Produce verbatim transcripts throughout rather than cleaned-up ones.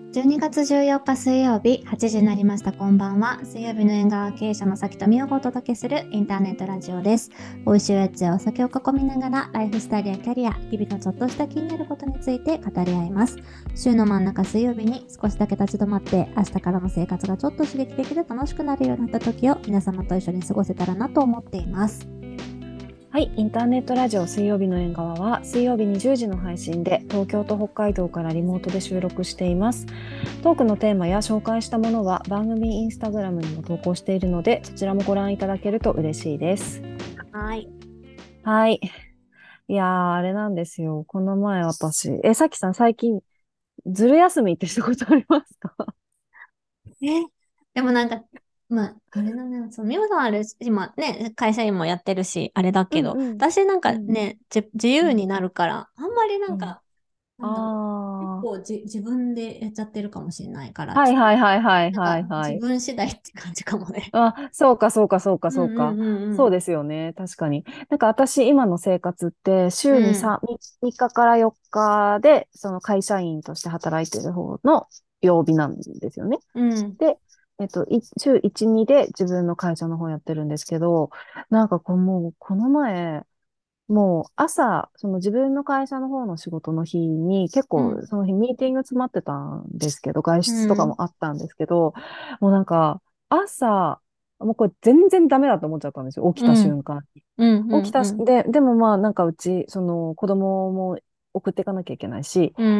じゅうにがつじゅうよっか水曜日はちじになりました。こんばんは。水曜日の縁側経営者のさきとみおがお届けするインターネットラジオです。美味しいおやつやお酒を囲みながらライフスタイルやキャリア、日々のちょっとした気になることについて語り合います。週の真ん中水曜日に少しだけ立ち止まって明日からの生活がちょっと刺激的で楽しくなるようになった時を皆様と一緒に過ごせたらなと思っています。 はい、インターネットラジオ水曜日の縁側は水曜日にじゅうじの配信で東京と北海道からリモートで収録しています。トークのテーマや紹介したものは番組インスタグラムにも投稿しているので、そちらもご覧いただけると嬉しいです。 はい。 はい。いやー、あれなんですよ。この前私、え、さきさん最近ずる休みってしたことありますか？ え、でもなんか、まあ、あれだね、そう、みおさんあれ、今ね、会社員もやってるし、あれだけど、 うんうん私なんかうんね、じ、自うん由になるから、あんまりなうん。 んか、なんだろう、結あ構じ、自分でやっちゃってるかもしれないから、 あ、はいはいちょっと、 はいはいなんか、自はいはい。 分次第って感じかもね。 あ、そうか、そうか、そうか、 うんうそうか。 んうんうん。 そうですよね。確かに。なんか私、今の生活って、 う週にん。 さん、みっかかからよっかで、その会社員として働いてる方の曜日なんですよね。 うん。 で、えっと、い週いち、にで自分の会社の方やってるんですけど、なんかこう、もう、この前、もう朝、その自分の会社の方の仕事の日に結構うん。 その日ミーティング詰まってたんですけど、外う出とかん。 もあったんですけど、もうなんか朝、もうこれ全然ダメだと思っちゃったんですよ。起きたうん。 瞬間に。 うん。うん。 起きたし、 うん。 で、でもまあなんかうち、その子供も送っていかなきゃいけないし、 うん。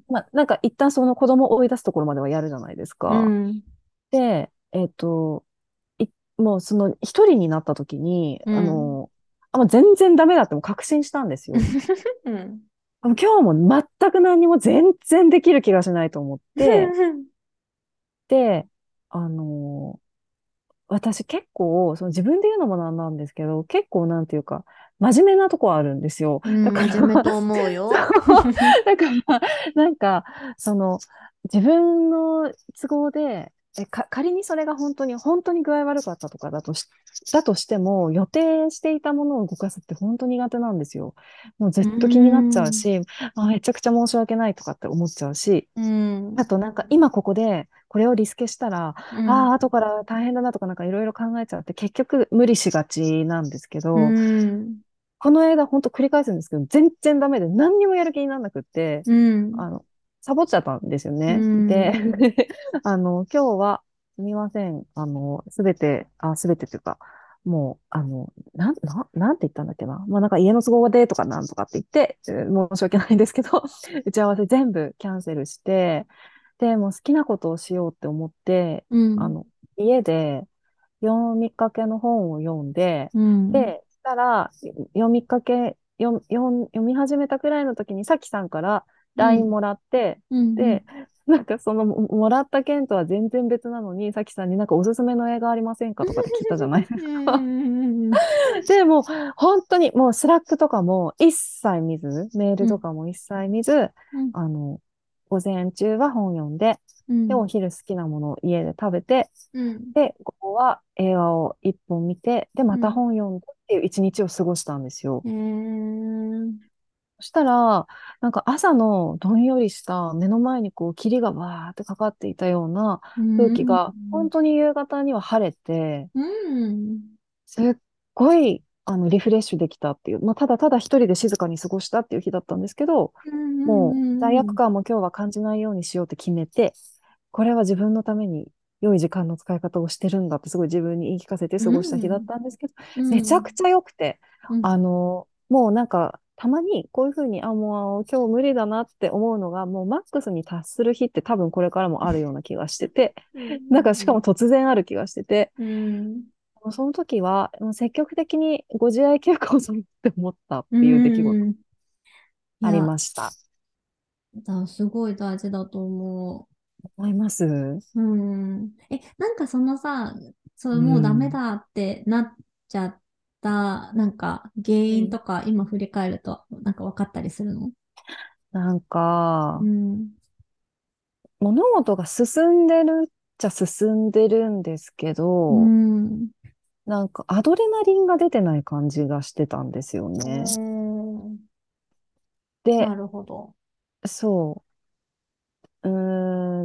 まあなんか一旦その子供を追い出すところまではやるじゃないですうか。 ん。 で、えっと、いもうその一人になった時に、 うん。 あの、あ、もう全然ダメだってもう確信したんですよ。 うん。 あの今日も全く何にも全然できる気がしないと思って、で、あの、私結構、その自分で言うのもなんなんですけど、結構なんていうか、真面目なとこあるんですよ。 うん、 だから真面目と思うそよ。 う、だから、なんか、その、自分の都合で、え、か、仮にそれが本当に、本当に具合悪かったとかだとし、だとしても、予定していたものを動かすって本当に苦手なんですよ。もうずうっと気になっちゃうん。 し、あ、めちゃくちゃ申し訳ないとかって思っちゃうし、 うん。 あとなんか今ここでこれをリスケしたら、ああ、 うん。 後から大変だなとかなんかいろいろ考えちゃって結局無理しがちなんですけうど、 ん。 この間本当繰り返すんですけど、全然ダメで何にもやる気にならなくって、 うん。 あの、サボっちゃったんですようね。で、 ん。 あの、今日はすみません。あの、すべて、あ、すべてというか、もう、あの、なん、な、なんて言ったんだっけな。まあなんか家の都合でとかなんとかって言って、えー申し訳ないんですけど、打ち合わせ全部キャンセルして、で、もう好きなことをしようって思って、 うん。 あの、家で読みかけの本を読んで、 うん。 で、したら、読みかけ、読、読読み始めたくらいの時に、さきさんからうラインん。 もらって、 うん。 で、なんかそのももらった件とは全然別なのに、さきさんになんかおすすめの映画ありませんかとかって聞いたじゃないですうか。 ん。 で、もう本当にもうスラックとかも一切見ず、メールとうん。 かも一切見ず、 うん。 あの、午前中は本読んで、で、 うん。 お昼好きなものを家で食べて、 うん。 で、午後は映画を一本見て、で、またうん。 本読んでっていう一日を過ごしたんですよ。 えー。 そしたら、なんか朝のどんよりした目の前にこう霧がわーってかかっていたようなうん。 空気が、本当に夕方には晴れて、 うん。 すっごい、あの、リフレッシュできたっていう、まあ、ただただ一人で静かに過ごしたっていう日だったんですけど、 うん。 もう罪うん。 悪感も今日は感じないようにしようって決めて、これは自分のために良い時間の使い方をしてるんだってすごい自分に言い聞かせて過うごした日だっん。 たんですけど、 うん。 めちゃくちゃ良くて、 うん。 あの、もうなんか、たまにこういうふうに、あ、もう今日無理だなって思うのが、もうマックスに達する日って多分これからもあるような気がしてて、 うなんかしかもん。 突然ある気がしてて、 うん。 その時はもう積極的にご自愛休暇を取るって思ったっうていう出来事ん。いありや、 ました。 だ、すごい大事だと思思います。うう。うん。え、なんかそのさ、そう、もうダメん。 だってなっちゃった、なんか原うん。 因とか今振り返ると、なんか分かったりするの？ なんか、 うん。 物事が進んでるっちゃ進んでるんですけうど、 ん。 なんかアドレナリンが出てない感じがしてたんですようね。 ん。 で、 なるほど。 そう。うーん、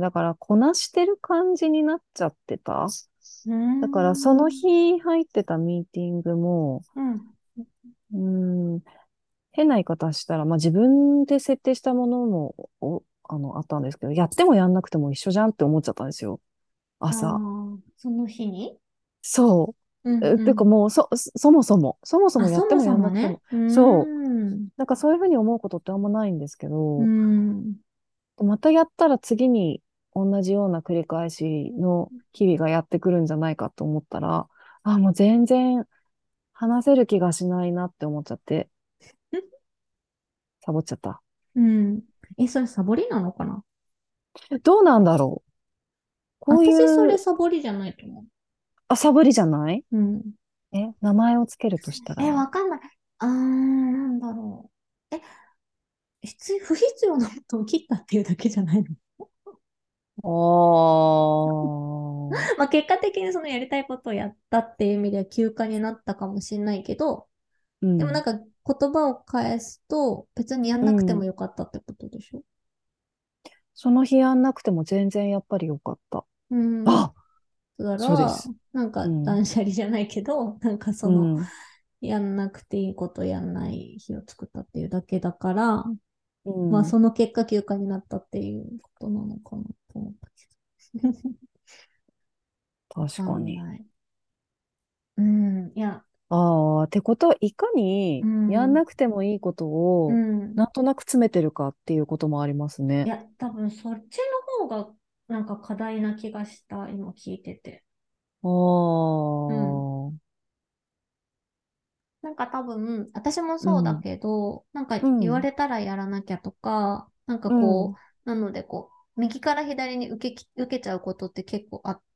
だからこなしてる感じになっちゃってた。 うーだからそのん。 日入ってたミーティングも、 うん。 うーん、変な言い方したら、まあ自分で設定したものも、お、あの、あったんですけど、やってもやんなくても一緒じゃんって思っちゃったんですよ。 あ朝。 あ、その日に。 そう。 うんえてかうん。 もう、そ、そもそも、そもそあ、 もやってもやそもそんなくても、 もね。うーそう。 ん。 なんかそういうふうに思うことってあんまないんですけうーど、 ん。 またやったら次に同じような繰り返しの日々がやってくるんじゃないかと思ったら、あ、もう全然話せる気がしないなって思っちゃって、サボっちゃった。 うん。え、それサボりなのかな？ どうなんだろう。こうい私それう、 サボりじゃないと思あ、サボりじゃない？ う。うん。 え、名前をつけるとしたえ、わら。 かんない。あー、なんだろう。え、必要、不必要なことを切ったっていうだけじゃないの？ あー、 まあ結果的にそのやりたいことをやったっていう意味では休暇になったかもしれないけど、 うん、 でもなんか言葉を返すと別にやんなくてもうん。 よかったってことでしょ？ その日やんなくても全然やっぱりよかった。 うん。 あ、 だから、 そうです。 なんかうん、 断捨離じゃないけど、なんかその、 うん、 やんなくていいことやんない日を作ったっていうだけだから、 うまあん。 その結果休暇になったっていうことなのかなと思ったけど。わか確かに。 んない。うん、いや、 ああ、ってことは、いかうにやんん、 なくてもいいことうを、 ん。 なんとなく詰めてるかっていうこともありますね。 いや、多分そっちの方がなんか課題な気がした、今聞いてて。 あうん。 あ、 なんか多分、私もそうだうん、 けど、なんかうん、 言われたらやらなきゃとか、なんかうん、 こう、なのでこう、右から左に受けき、受けちゃうことって結構あって、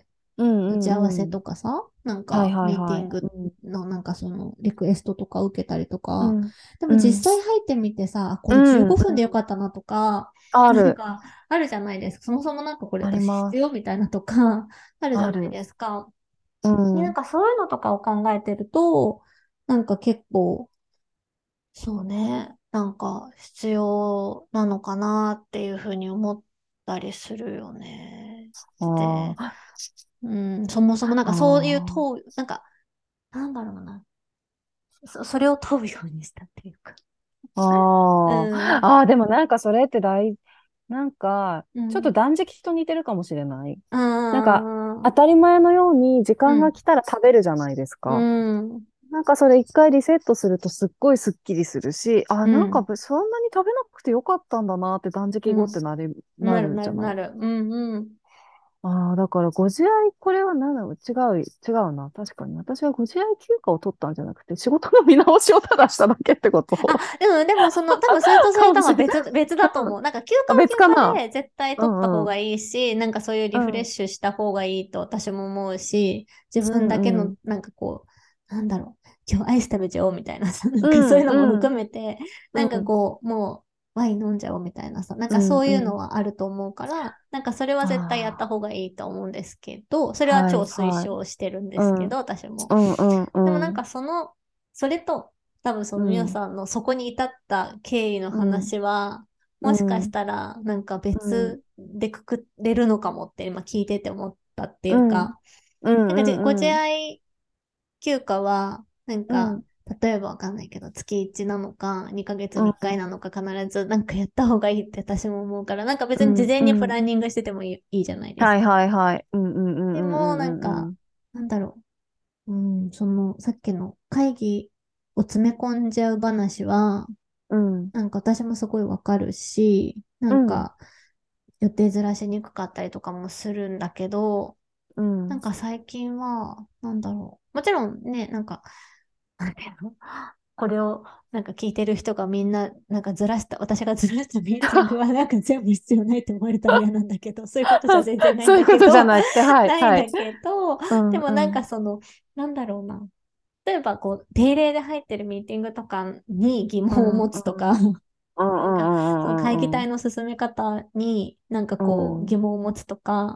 うん、 打ち合わうん、うん。 せとかさ、なんはいかはいはい。 ミーティングうん、 のなんかそのリクエストとか受けたりとか、 うん、 でもうん、 実際入ってみてさ、あこれ15 うん、 分でよかったなとか、 ある。 なんかあるじゃないですか。そもそもなんかこれあり私ます。 必要みたいなとか、あるじゃないある。 ですか。 うで、なんん。 かそういうのとかを考えてると、なんか結構、そうね、なんか必要なのかなっていうふうに思ったりするよね。で、 ああ、 うん、そもそもなんかそういうあ問う、なんか、なんだろうな、そ、それを問うようにしたっていうか。 あ、 うああ、 ん、 ああ、でもなんかそれって大、なんか、ちょっとうん、 断食と似てるかもしれない。 あなんか、当ー、 たり前のように時うん、 間が来たら食べるじゃないですうか。 ん、 なんかそれ一回リセットするとすっごいスッキリするし、あ、なんかうん、 ぶそんなに食べなくてよかったんだなって断食後ってうん、 なる、ななる、 るじゃない。 なる、なる、うん、うん。 ああ、だからご自愛、これは何だろう、違う、違うな。確かに。私はご自愛休暇を取ったんじゃなくて、仕事の見直しをただしただけってことあ、でも、でも、その、多分それとそれかもしれない。 とは別、別だと思う。なんか、休あ、 暇は休別かな？ 暇で絶対取ったうんうん。 方がいいし、なんかそういうリフレッうん。 シュした方がいいと私も思うし、自う分だけの、 んうん。 なんかこう、なんだろう、今日アイス食べちゃおうみたいなさ、なんうかそういうのもんうん。 含めて、なんかうん。 こう、もう、ワイン飲んじゃおうみたいなさ、なんうかそういうのんうん。 はあると思うから、なんかそれは絶対やったあ方がいいと思うんですけど、そあ、 れは超はい推はい。 奨してるんでうん。 すけど、私も。 うんうんうん。 でもなんかその、それと、多分その皆うん。 さんのそこに至った経緯のうん。 話は、 うもしかしん。 たらなんかうん。 別でくくれるのかもって今聞いてて思ったっていうん。 うか、 うん。 なんかじご自うん。 愛休暇は、なんか、 うん。 例えばわかんないけど、月いちなのか、にかげつうん。 にいっかいなのか必ずなんかやった方がいいって私も思うから、なんか別に事うん。 前にプうん。 ランニングしててもいい、いいじゃないですはいか。 はいはい。うんうんうんでも、 うんなんか、 うんうんなんだろう。うん、その、さっきの会議を詰め込んじゃう話は、 うん。 なんか私もすごいわかるし、なうん。 んか予定ずらしにくかったりとかもするんだけど、 うん。 なんか最近は、なんだろう。もちろんね、なんか、なんていうの、これをなんか聞いてる人がみんな、なんかずらした、私がずらしたミーティングはなんか全部必要ないって思われたら嫌なんだけど、そういうことじゃ全然ないんそういうことじゃだけど、 なくて、はいないんだはい。 けど、 うんでもなんかうん。 その、なんだろうな。例えばこう、定例で入ってるミーティングとかに疑問をうんうん。 持つとか、 うんうなんか、そのんうんうんうん。 会議体の進め方になんかうこう、疑ん。 問を持つとか、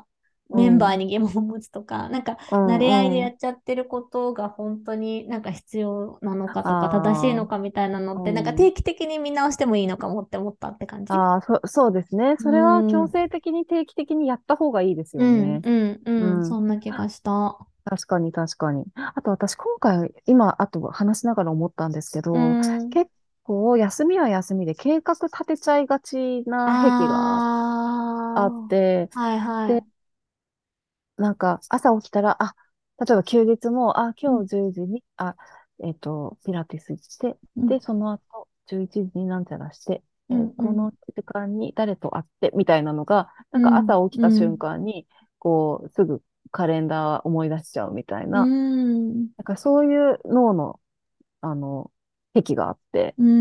メンバーうん、 に疑問を持つとか、なんか、 う慣れ合いでん、うん。 やっちゃってることが本当になんか必要なのかとか、正しいのあかみたいなのあ、 って、なんかうん。 定期的に見直してもいいのかもって思ったって感じ。 ああ、そ、そうですね。 うそれはーん、 強制的に定期的にやった方がいいですうん、 よね。 うん、うん、 うん。 そんな気がした。 確かに確かに。あと私今回、今、あと話しながら思ったんですけうど、 ん。 結構休みは休みで計画立てちゃいがちな癖があっあて、 あ、はいはい。 なんか朝起きたら、あ、例えば休日も、あ、 うん、 今日じゅうじに、あ、えっと、ピラティス行って、 うん、 で、その後じゅういちじになんちゃらして、 うん、うん、 えーこの時間に誰と会って、みたいなのが、なんかうん、 朝起きた瞬うん、 間に、こう、すぐカレンダー思い出しちゃうみたいうな、 ん、 なんかそういう脳の、あの、癖があって、 うん、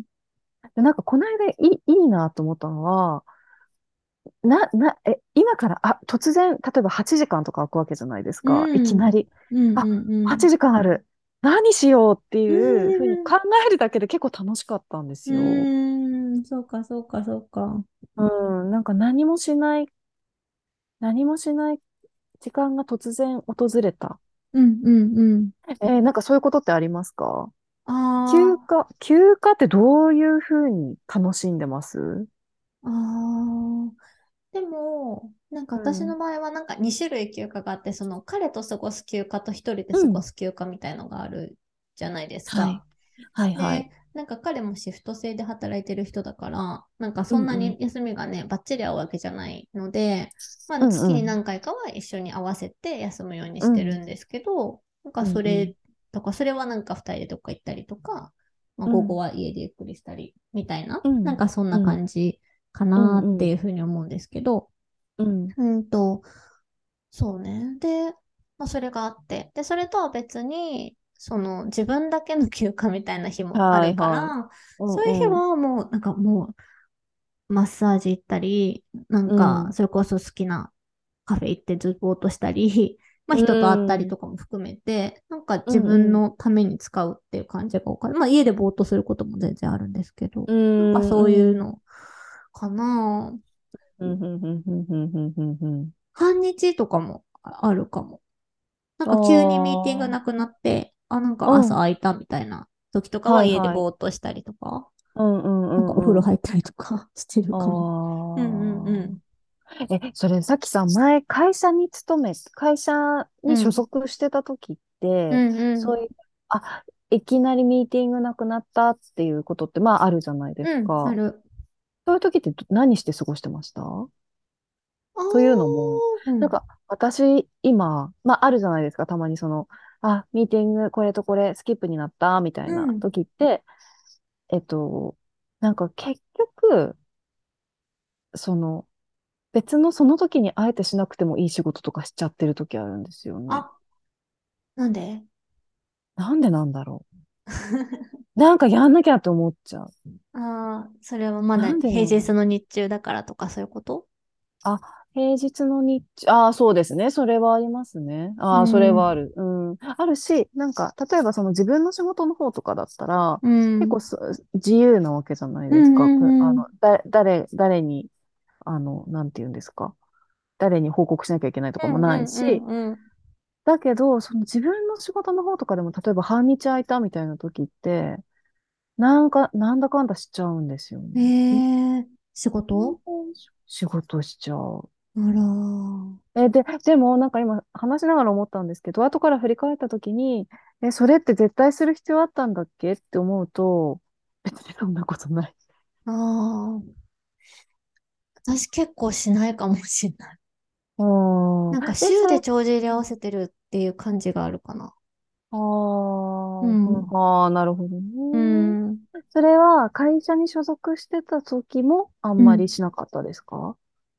でなんかこの間いい、いいなと思ったのは、な、な、え、今から、あ、突然、例えばはちじかんとか空くわけじゃないですうか。いきん、 なり。 うん、 あ、 うん、 はちじかんある。何しようってういうふうにん、 考えるだけで結構楽しかったんですうよ。 ん、そうか、そうか、そうか。 うん、なんか何もしない、何もしない時間が突然訪れた。 うん、うん、うん。 えーなんかそういうことってありますか？休あ暇、休暇ってどういうふうに楽しんでます？ あ、ああ。でも、なんかうん。 私の場合はなんかに種類休暇があって、その彼と過ごす休暇と一人でうん。 過ごす休暇みたいのがあるじゃないですか。 はい。はいはい。 で、なんか彼もシフト制で働いてる人だから、なんかそんなうんうん。 に休みがね、バッチリ合うわけじゃないので、まあうんうん。 月に何回かは一緒に合わせて休むようにしてるうん。 んですけど、なんかうんうん。 それとか、それはなんかふたりでどっか行ったりとか、まあ、午後うん。 は家でゆっくりしたりみたいな、 うん。 なんかそんなうん。 感じかうなってん。 いうふうに思うんですけど、 うん。 うんと、そうね。で、まあ、それがあって。で、それとは別に、その自分だけの休暇みたいな日もあるかはいはい。 ら、 うんそういう日うん。 はもう、なんかもう、マッサージ行ったり、なんか、 うん。 それこそ好きなカフェ行ってずっとぼーっとしたり、まあう人と会ったりん。 とかも含めて、なんかう自分んうん。 のために使うっていう感じが多かった。まあ家でぼーっとすることも全然あるんですけど、 うなんかん。 そういううん。 のかな。 うん。うん。うん。うん。うん。うん。うんうん。 半日とかもあるかも。なんあか急にミーティングなあ。 くなって、あ、なんかうん。 朝空いたみたいな時とかは家ではいはい。 ぼーっとしたりとか、 うんうんなんかお風呂うんうん。 入ったりとかしてるかも。 あうんうんうん。 あ。え、それさっきさ、前会社に勤め、会社に所うん。 属してた時っうて、 んうん。 そういう、あ、いきなりミーティングなくなったっていうことって、まああるじゃないですうん、あか。 る。 そういう時ってど何して過ごしてました？ あというのも、 ー、うん。 なんか私今、まああるじゃないですか、たまにその、あ、ミーティングこれとこれスキップになったみたいなうん。 時って、えっと、なんか結局、その別のその時にあえてしなくてもいい仕事とかしちゃってる時あるんですよね。 あ、なんで？ なんでなんだろう。なんかやんなきゃって思っちゃう。 ああ、それはまだなんでなんだろう。 平日の日中だからとかそういうこと？ あ、平日の日中、ああ、そうですね。それはありますね。 うああ、それはあん。 る。うん。あるし、なんか、例えばその自分の仕事の方とかだったら、 うん。 結構そ自由なわけじゃないうんですか。くあの、 うんうん。 だ、誰、誰に、あの、なんて言うんですか。誰に報告しなきゃいけないとうんかもなうんういし、 んうだけど、その自分の仕事の方とかでも、例えば半日空いたみたいな時って、なんか、なんだかんだしちゃうんですよね。 ん。 いえー、仕全事？ 然仕事しちゃう。 あらー。 え、で、でもなんか今話しながら思ったんですけど、後から振り返った時に、え、それって絶対する必要あったんだっけって思うと、別にそんなことない。 ああ。私結構しないかもしれない。 うーん。 なんかえ、 週でそれ、 帳尻合わせてるっていう感じがあるかな。 ああ、うんうん。 ああ、なるほどうね。 ん。 それは会社に所属してた時もあんまりうん。 しなかったですか？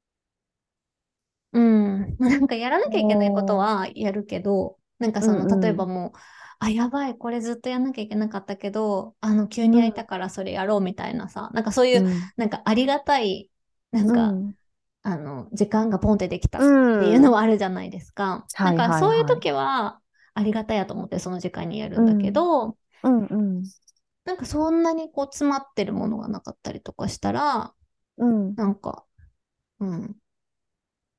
うん。まあなんかやらなきゃいけないことおー、 はやるけど、なんかうその、例えんうん。 ばもう、あ、やばい、これずっとやんなきゃいけなかったけど、あの、急にうん、 空いたからそれやろうみたいなさ、なんかそういう、 うん、 なんかありがたい、なんか、 うん、 あの、時間がポンってできたうっていうのん。 はあるじゃないですか。なんはいかそういうはいはい。 時は、ありがたいやと思ってその時間にやるんだけうん、 ど、 うん、うん、 なんかそんなにこう詰まってるものがなかったりとかしたら、 うん。 なんか、うん、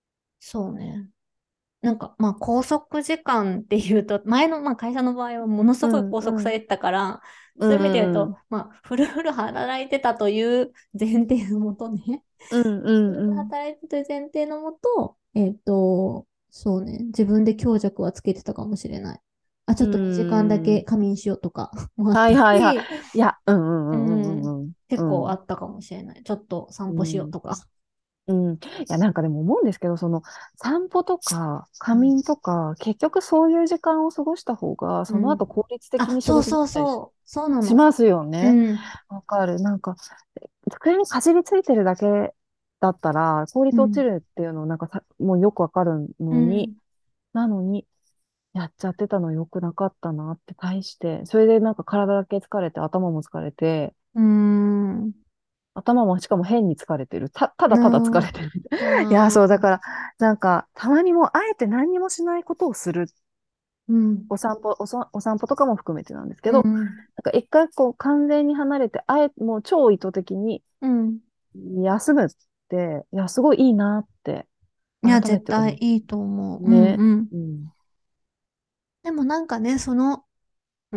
そうね。なんか、まあ、拘束時間っていうと、前の、まあ、会社の場合はものすごいうん、うん、 拘束されてたから、 うそういう意味で言うと、 ん、 まあ、フルフル働いてたという前提のもとね、 うん、うフルフルん、うん、 働いてたという前提のもと、えっと、そうね、自分で強弱はつけてたかもしれない。あ、ちうょっとにじかんだけん。 仮眠しようとかもあったはいはいはし、 い。いや、うん、ううん、うん、うん、 ん、う結ん、うん。 構あったかもしれない。ちょっと散歩しよううんとか。 うん。いや、なんかでも思うんですけど、その散歩とかうん。 仮眠とか、結局そういう時間を過ごした方が、その後うん。 効率的あ、 に仕そうそう事できたりしそう。そうなの。 しますよね。 うん。 わかる。なんか、机にかじりついてるだけだったら、効率落ちうん。 るっていうのをなんかさ、もうよくわかるのに、 うん。 なのに、やっちゃってたのよくなかったなって対して、それでなんか体だけ疲れて、頭も疲れて、 うーん。う頭もしかも変に疲れてる。た、ただただ疲ん。 れてるみたいな。いや、そう、だああ。 から、なんか、たまにもう、あえて何にもしないことをする。 うん。 お散歩、おそ、お散歩とかも含めてなんですけど、 うん。 なんか一回こう、完全に離れて、あえて、もう超意図的にうん。 休むって、いや、すごいいいなって、 いや、 改め絶て思対いいと思う。 う。 うんね。 うん。 うん。 でもなんかね、その、うん。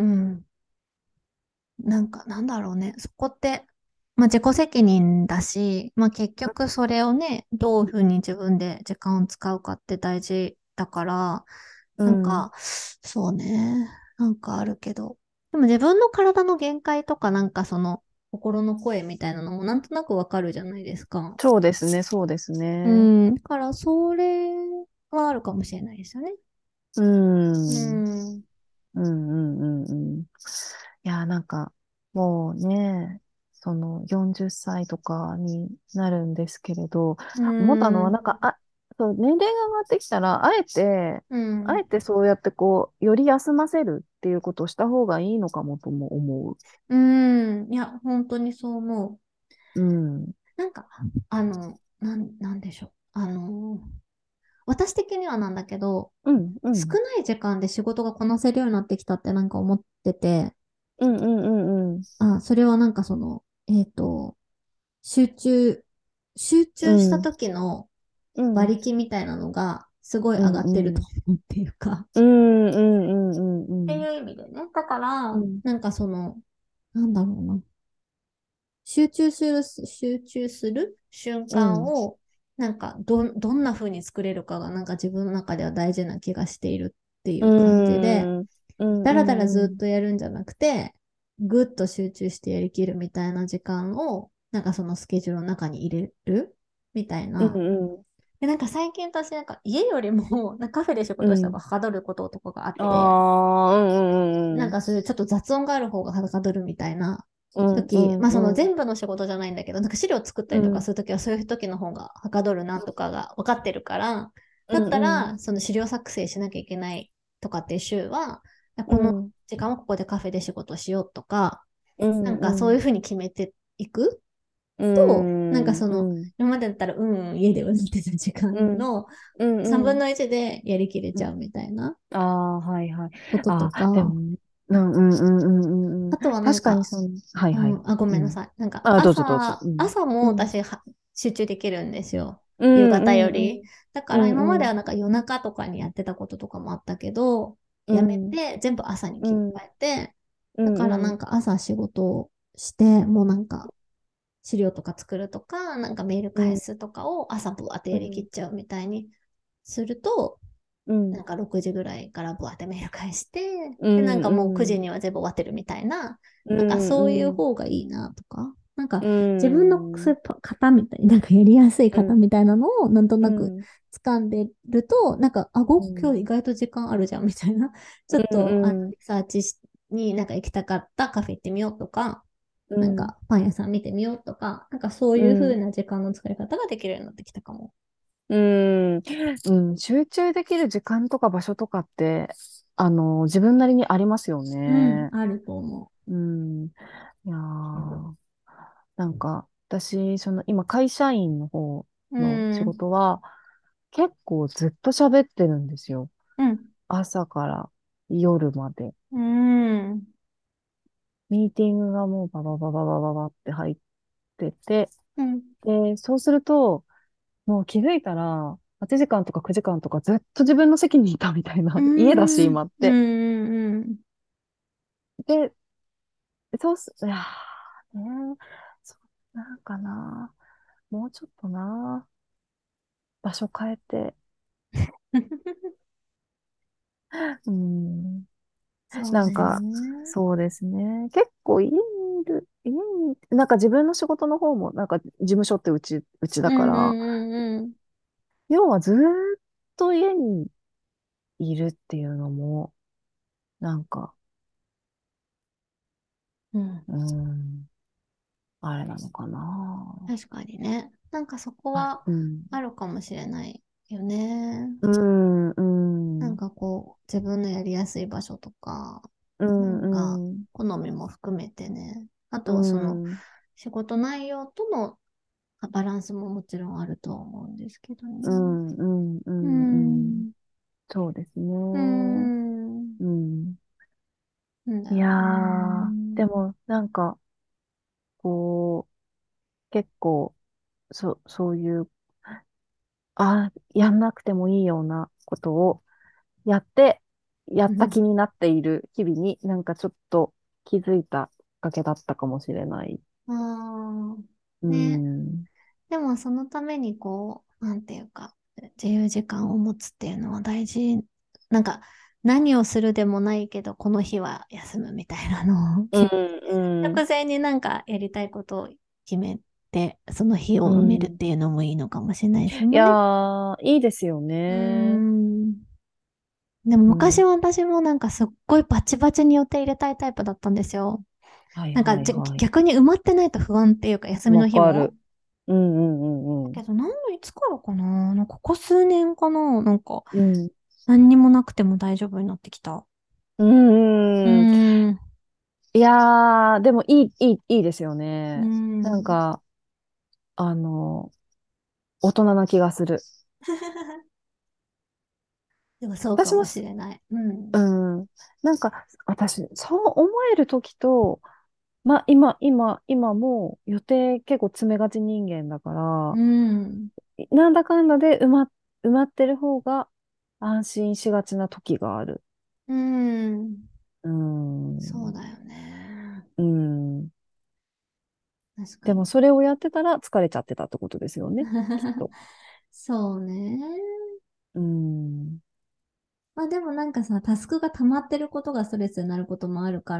なんか、なんだろうね。そこって、まあ自己責任だし、まあ結局それをね、どういうふうに自分で時間を使うかって大事だから、 うん。 なんか、そうね。なんかあるけど。でも自分の体の限界とかなんかその心の声みたいなのもなんとなくわかるじゃないですか。 そうですね、そうですね。 うん。だからそれはあるかもしれないですよね。 ううん。 ん。 うんうんうんうん。いや、なんか、もうね、そのよんじゅっさいとかになるんですけれど、 う思ったのは、 ん。 なんか、あ、そう、年齢が上がってきたら、あえて、 うん。 あえてそうやってこう、より休ませるっていうことをした方がいいのかもとも思うん。いや、本当にそう思う。 う。うん。 なんか、あの、なん、なんでしょう。あの、私的にはなんだけど、 うん、うん。 少ない時間で仕事がこなせるようになってきたってなんか思ってて、 うん、うん、うん、うん。 あ、それはなんかその、えっと、集中、集う中したん、 時のうん、 馬力みたいなのがすごいうん、 上がってるとうん。 思うっていうか、 うん、うん、うん、うん。 っていう意味でね。だから、 うん、 なんかその、なんだろうな。集中する、集中する瞬うん、 間を、なんかど、どんな風に作れるかが、なんか自分の中では大事な気がしているっていうう感じで、 ん、うん、うん、 だらだらずっうん。 とやるんじゃなくて、ぐっと集中してやりきるみたいな時間を、なんかそのスケジュールの中に入れるみたいうんな。 うん。 で、なんか最近私なんか家よりもなんかカフェで仕事した方うん。 がはかどることとかがあっあて、 あ、うんうんうん。 なんかそういうちょっと雑音がある方がはかどるみたいなうんう時、まあそのん全部の仕事じゃないんだけど、なんか資料作ったうん。 りとかするときはそういう時の方がはかどるなとかが分かってるから、だったうんうん。 らその資料作成しなきゃいけないとかっていう週は、このうん時間はここでカフェで仕事しようとか、 うんなんかうん。 そういうふうに決めていくうと、なんかんその、 うん今までだったら、うん、家で踊ってた時うん間のうん 3 うん。 分のいちでやりきれちゃうみたいなああ、はいはい。 こととああ、でか、 もね、うんうんうんうんうんうん。 あとはなんか、 確かにその、はいはい。 うん、あ、ごうん。 めんなさい。なんかああ、どうぞどうぞ。 朝、 うん。 朝もうん。 私は集中できるんですよ。夕うん方より。 うんうん。 だかうら今までんうん。 はなんか夜中とかにやってたこととかもあったけど、やめうんて全部朝に切りうん替えて、 うだからんうんなんか朝仕事をして、もうなんか資料とか作るとか、なんかメールうん返すとかを朝ブワーってやりきうんっちゃうみたいにすると、 うんなんかろくじぐらいからブワーってメール返して、で、なんうんかもう9 うん時には全部終わってるみたいな、 うなんかそういうん方がいいなとか、なんかう自分のんそういう型みたい、なんかやりやすい型うんみたいなのをなんとなくうん掴んでると、なんか、あ、午後今うん日意外と時間あるじゃんみたいな、ちょっうとあのんリサーチになんか行きたかったカフェ行ってみようとか、なんうんかパン屋さん見てみようとか、なんかそういう風うんな時間の使い方ができるようになってきたかも。 うん、うん、集中できる時間とか場所とかって、あの、自分なりにありますようん、 ね。 あると思うん。いやー、なんか、私、その、今、会社員の方う。うの仕ん、 事は、結構ずっと喋ってるんですよ。 うん、 朝から夜まで。 うん、 ミーティングがもうバババババババって入ってて、 うん。 で、そうすると、もう気づいたら、 はちじかんとかくじかんとかずっと自分の席にいたみたいうーな、家だし、 ん、 今っうん、 て。 うん。 で、そうす、いやーね、そう、なんかな、もうちょっとな、場所変えて、うん、 そうなんか、 ね。 そうですね。結構家にいる、家に、なんか自分の仕事の方も、なんか事務所ってうち、うちだうん、うから、 ん、うん、 要はずーっと家にいるっていうのも、なんか、 うん。うん。 うん、あれなのかな。 確かにね。なんかそこあ、 はうん、 あるかもしれないよね。 うん、うなんん、 かこう、自分のやりやすい場所とか、 うなんか、 ん、うん、 好みも含めてね。あうと、その、 ん、 仕事内容とのバランスももちろんあるとは思うんですけどね。 うん、うん、ううーん、うん。 ん。 そうですうーね。 ん。 うん。いやなんだろうー、 ね。 でも、なんか、こう、結構、そ、そういう、あー、やんなくてもいいようなことをやって、やった気になっている日々に、なんかちょっと気づいたきっかけだったかもしれない。 ああ、 うね。 ん。 でもそのためにこう、なんていうか、自由時間を持つっていうのは大事。なんか、何をするでもないけど、この日は休むみたいなのをう決め、 ん、うん、 直前になんかやりたいことを決めて、その日をう埋めるっん。 ていうのもいいのかもしれないですいやもんね。 ー、いいですようーね。 ん。でもうん。 昔は私もなんかすっごいバチバチに予定入れたいタイプだったんですよ。 はいなんかじはいはい。 逆に埋まってないと不安っていうか、休みわの日も。 かる。うんうんうんうん。 けど、何のいつからかな、なんかここ数年かな、なんかうん。 何にもなくても大丈夫になってきた。 ううん。 ーん。 いやー、でもいい、いい、いいですようーね。なんん。 か、あの、大人な気がする。 でもそうかもし私もす、 れない。うん。 うん。なんか、私、そう思えるときと、まあ、今、今、今も予定結構詰めがち人間だかうら、 ん。 なんだかんだで埋ま、埋まってる方が安心しがちな時がある。 うん。 うん。 そうだよね。 うん。 確かに。 でもそれをやってたら疲れちゃってたってことですよね。きっと。 そうね。 うん。 まあでもなんかさ、タスクが溜まってることがストレスになることもあるから、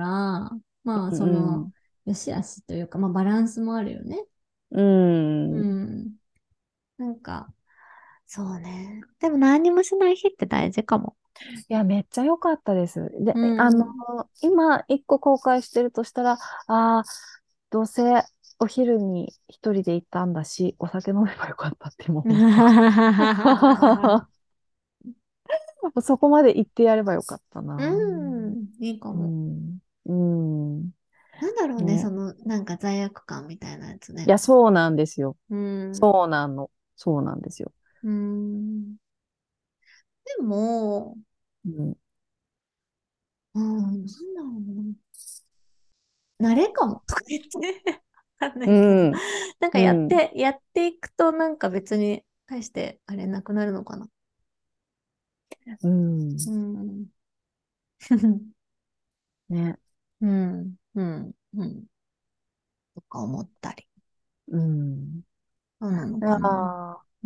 まあうその、 ん。 よし悪しというか、まあバランスもあるよね。 ううん。 ん。なんか、そうね。でも何にもしない日って大事かも。 いや、めっちゃ良かったです。で、 うあの、 ん。 今、一個後悔してるとしたら、ああ、どうせお昼に一人で行ったんだし、お酒飲めばよかったって今思った。そこまで行ってやればよかったな。 うん、いいかうも。 ん。うん。 なんだろうね、そね。 の、なんか罪悪感みたいなやつね。 いや、そうなんですよ。 うん。 そうなの。そうなんですよ。 うん。でも、 うん。 うん、なんだろうな。慣れかも。とか言って。わかんなういけど。 ん。 なんかうん。 やって、やっていくとなんか別に大してあれなくなるのかな。 うん。 うん。 ね。 うん。うん。うん。とか思ったり。 うん。 そうなのいやかな。 ー、 うん。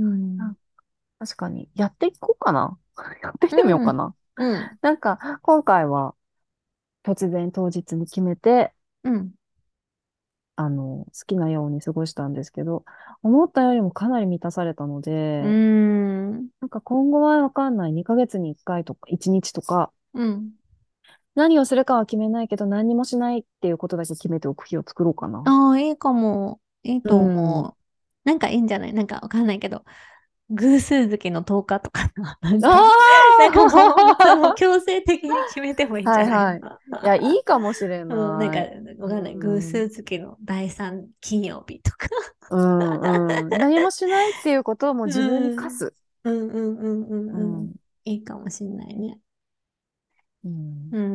あ、確かに。やっていこうかな。やってきてみよううん。 かな。 うん。 なんか、今回は突然当日に決めて、 うん。 あの、好きなように過ごしたんですけど、思ったよりもかなり満たされたのうで、 ん。 なんか今後はわかんない。にかげつにいっかいとか、いちにちとか、 うん。 何をするかは決めないけど、何にもしないっていうことだけ決めておく日を作ろうかな。 ああ、いいかも。いいうとん。 思う。なんかいいんじゃない、なんかわかんないけど、偶数月のとおかとかな、なんあか、なんかもう、そう、もうあ強制的に決めてもいいんじゃないの？ はいはい。いや、いいかもしれうん、なんか、 ない。 わうかんない。偶ん。 数月のだいさん金曜日とか。 うんうん。何もしないっていうことをもうう自分に課ん。 す。 うんうんうんうんうん。 うん。 いいかもしんないね。 うん。 うん。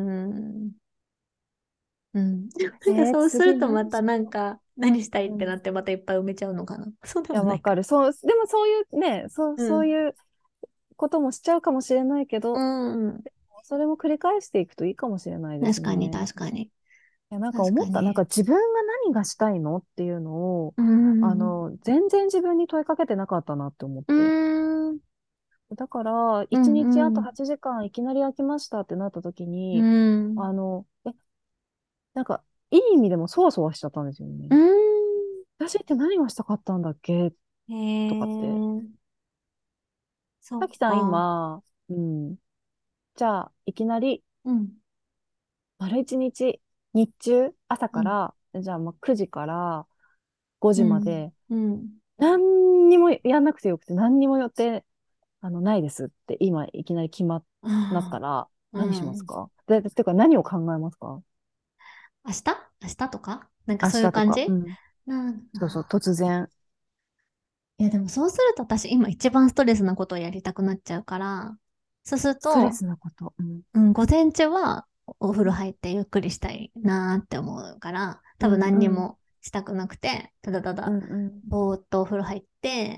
うん。なんかえー、 そうする次とまた何しよなんか、何したいう。うん。いってなってまたいっぱい埋めちゃうのかな。そうでもや、 ないか。 わかる。そう、でもそういうね、そう、 うん。 そういうこともしちゃうかもしれないけうど、 ん。 それも繰り返していくといいかもしれないです確かに、 ね。 確かに。 いや、なんか思った、なん確かに。 か自分が何がしたいのっていうのを、 うん。 あの、全然自分に問いかけてなかったなって思っうて。 ん。 だから、 う一日あとん。うん。 はちじかんいきなり空きましたってなった時うに、 ん。 あの、え、なんか、いい意味でもそわそわしちゃったんですよね。 うん。 私って何がしたかったんだっけへとかって。 え、そっさきさんか。 今、うん、じゃあ、いきなり、 うん。 丸一日、日中、朝うん。 から、じゃあ、まあ、くじから5 うん。 時まで、 うん。 何にもやんなくてよくて、何にも予定、あの、ないですって、今、いきなり決まっ、なったあら、 あ、う何しますん。 か？で、てか、何を考えますか？ 明日明日とかなんかそういう明日とか。う感じん。 なんそうそう、 あ突然。 いや、でもそうすると私今一番ストレスなことをやりたくなっちゃうから、そうするストレと、 スなこと。うん。 うん、午前中はお風呂うん入ってゆっくりしたいなーって思うから、多分うんうん。 何にもしたくなくて、ただただうんうん。 ぼーっとお風呂入って、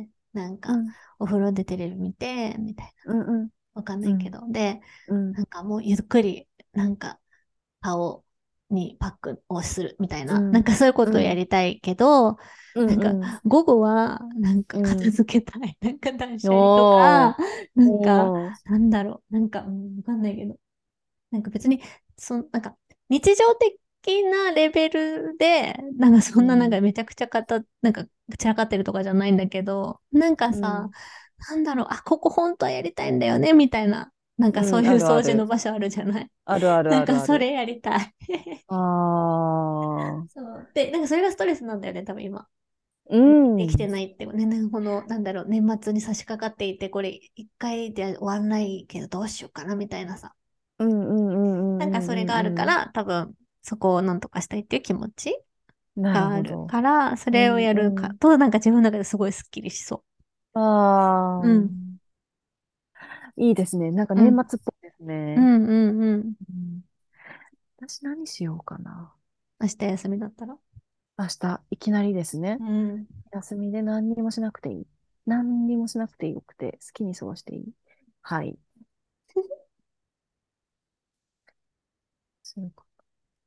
なんかうんお風呂でテレビ見て、みたいうんうん。 な。わかんなうんいけど。で、 うん。 なんかもうゆっくり、なんか顔にパックをするみたいな、なんうん。 かそういうことをやうん。 りたいけど、 うんなんかうん。 午後はなんか片うん。 付けたい。なんか断捨離とか、 おー。 なんか、 おー。 なんだろう、なんか、うん、わかんないけど、なんか別に、そん、なんか日常的なレベルで、なんかそんななんかうん。 めちゃくちゃかた、なんか散らかってるとかじゃないんだけど、なんかさ、 うん。 なんだろう、あ、ここ本当はやりたいんだよね、みたいな、なんかそううん。 いう掃除のあるある。 場所あるじゃない。 あるあるなんあるある。 かそれやりたい。 ああ。 そう。で、なんかそれがストレスなんだよね、多分今。 うできてん。 ないって、ね、ねこの、なんだろう、年末に差し掛かっていて、これ一回で終わんないけどどうしようかな、みたいなさ。 うんうんうんうなんかそれがあるんうんうんうん。 から、多分、そこをなんとかしたいっていう気持ちなるがあるほど。 から、それをうんやるうん。 かと、なんか自分の中ですごいスッキリしそあう。うん。 あ。いいですね。なんかうん。 年末っぽいですね。 うんうんうん。 うん、私何しようかな。 明日休みだったら。 明日、いきなりですね。 うん。 休みで何にもしなくていい。何にもしなくてよくて、好きに過ごしていい。はい。そうか。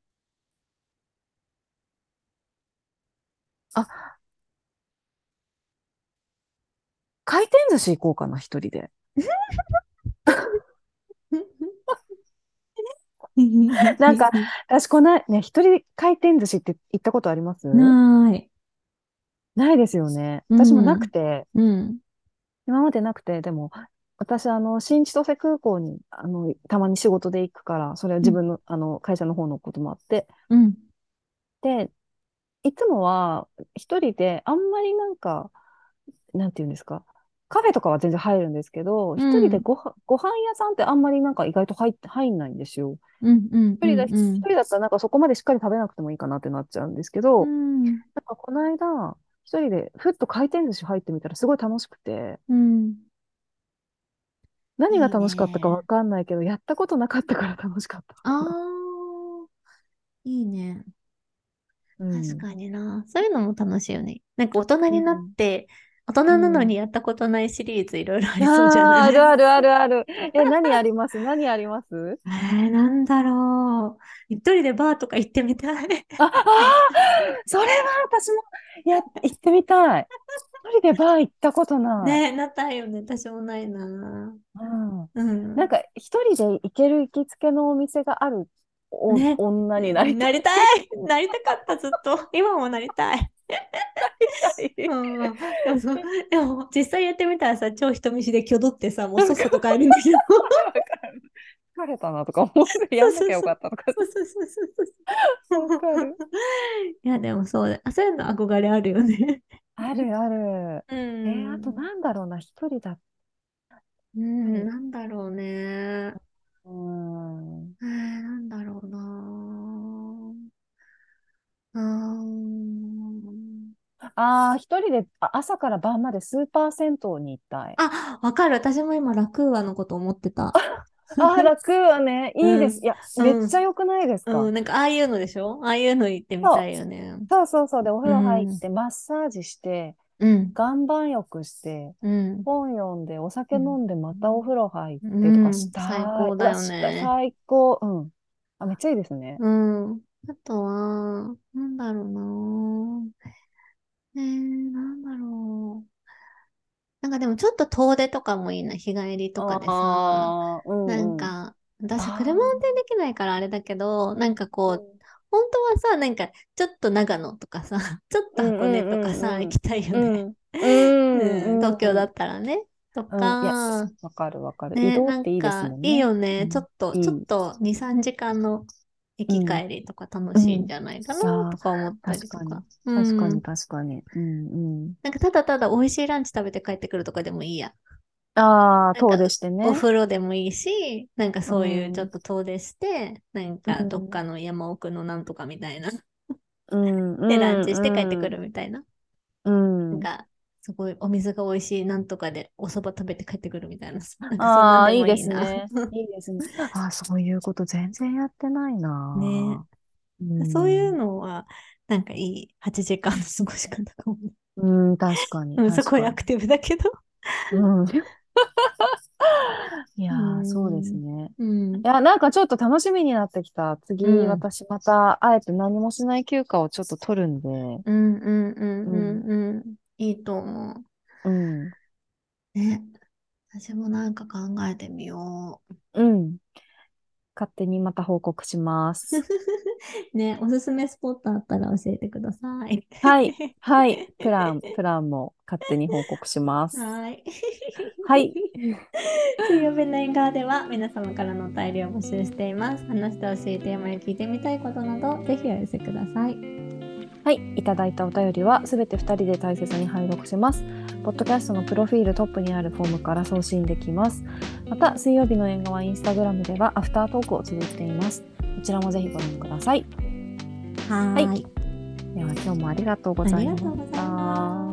あ、回転寿司行こうかな、一人で。なんか、私この、ね、一人回転寿司って行ったことあります？ ない。 ないですよね。 う私もなくん。 て、 うん。 今までなくて、でも、私、あの、新千歳空港に、あの、たまに仕事で行くから、それはうん。 自分の、あの、会社の方のこともあって、 うん。 で、いつもは、一人で、あんまりなんか、なんていうんですか、カフェとかは全然入るんですけど、 う一人でん。 ごは、ご飯屋さんってあんまりなんか意外と入って、入んないんですよ。 うん。うん。 一人だ、一うん。 人だったらなんかそこまでしっかり食べなくてもいいかなってなっちゃうんですけど、 うん。 なんかこの間、一人でふっと回転寿司入ってみたらすごい楽しくて、 うん。 何がいい楽しかったかわね。 かんないけど、やったことなかったから楽しかった。 ああ、いいね。 うん。 確かにな。そういうのも楽しいよね。なんか大人になっうん。 て、大人うなのにん。 やったことないシリーズいろいろありそうじゃああ、 ない？ あるあるあるある。え、何あります何あります？ えー、なんだろう。一人でバーとか行ってみたい。 あ、ああ、それは私もや、行ってみたい。一人でバー行ったことない。 ねえ、なったよね。私もないな。 うん。 うん。 なんか、一人で行ける行きつけのお店があるおね。 女になりたい。 なりたい。なりたかった、ずっと。今もなりたい。うん。でもそう、でも実際やってみたらさ、超人見知りで挙動ってさ、もうわかるそっさと帰るんだけど。 わかるわかる。疲れたなとか思って、やんなきゃよそうそうそう。 かったとか。 そうそうそうそうそう。 わかる。 いや、でもそうだ。あ、そういうの憧れあるよね。 あるある。 うえー、あとん。 なんだろうな、一人だっうん、 たり。 なんだろうね。 うーん。 えー、なんだろうな。うーん。 ああ、一人であ朝から晩までスーパー銭湯に行きたい。 あ、わかる。私も今、ラクーアのこと思ってた。 ああ、楽はね、いいです。いうん。 や、めっうん。 ちゃ良くないですか？ うん。なんか、ああいうのでしょ？ああいうの行ってみそう、 たいよね。 そうそうそう。で、お風呂入っうん。 て、マッサージして、 うん。 岩盤浴して、 うん。 本読んで、お酒うん。 飲んで、またお風呂入っうてとかしん。最たい。うわ、 高だよしたね。 最高。うん。あ、めっちゃいいですね。 うん。あとは、なんだろうな。えー、なんだろう。なんかでもちょっと遠出とかもいいな。日帰りとかでさ。 ああ、うなんんうん。 か、私車運あ転できないからあれだけど、なんかこう、 うん。 本当はさ、なんか、ちょっと長野とかさ、ちょっとうん箱根とかさ、行うんきたいよね。 うんうん。うんうん、東京うんうん。 だったらね。とうん。いや、 か、 わかるわかる。移ね、なん動っていいですか、いいもんね。 よね。ちょうん。 っと、ちょっいい。 とに、さんじかんの行きうん。 帰りとか楽うしいんん。 じゃないかなああ、 とか思ったりとか。 確かに。 う確かにん。 確かに。うんうん。 なんかただただ美味しいランチ食べて帰ってくるとかでもいいや。 ああ、遠なんか出してね。 お風呂でもいいし、なんかうそういうちょっん。 と遠出して、なんうかどっかん。 の山奥のなんとかみたいな。 うんうで、ランチして帰ってんうん。 くるみたいな。 うん。 なんか、すごいお水が美味しいなんとかでお蕎麦食べて帰ってくるみたいな。なんかそんなんああ、 でいいでもいいな。 すね。いいですね。ああ、そういうこと全然やってないねな。うえ。そういうん。 のは、なんかいいはちじかんの過ごし方かも。 うん、確かに、 うん、す確かに。 ごいアクティブだけど。 うん。いうやー、そうですん。 ね。 うん。 いや、なんかちょっと楽しみになってきた。 う次、 ん。 私また、あえて何もしない休暇をちょっと取るんで、 うんうんうんううん、 んうん。いいと思うん、 う。ね。私もなんか考えてみよう。 うん。勝手にまた報告します。 ね、おすすめスポットあったら教えてください。 はい、はい。プラン、プランも勝手に報告します。 はい。 はい。 水曜日の縁側では皆様からのお便りを募集しています。話してほしいテーマや聞いてみたいことなど、ぜひお寄せください。 はい、いただいたお便りはすべてふたりで大切に拝読します。ポッドキャストのプロフィールトップにあるフォームから送信できます。また、水曜日の縁側インスタグラムではアフタートークを綴っています。こちらもぜひご覧ください。はい。 はーい。 では今日もありがとうごあざいましりがとうございます。 た。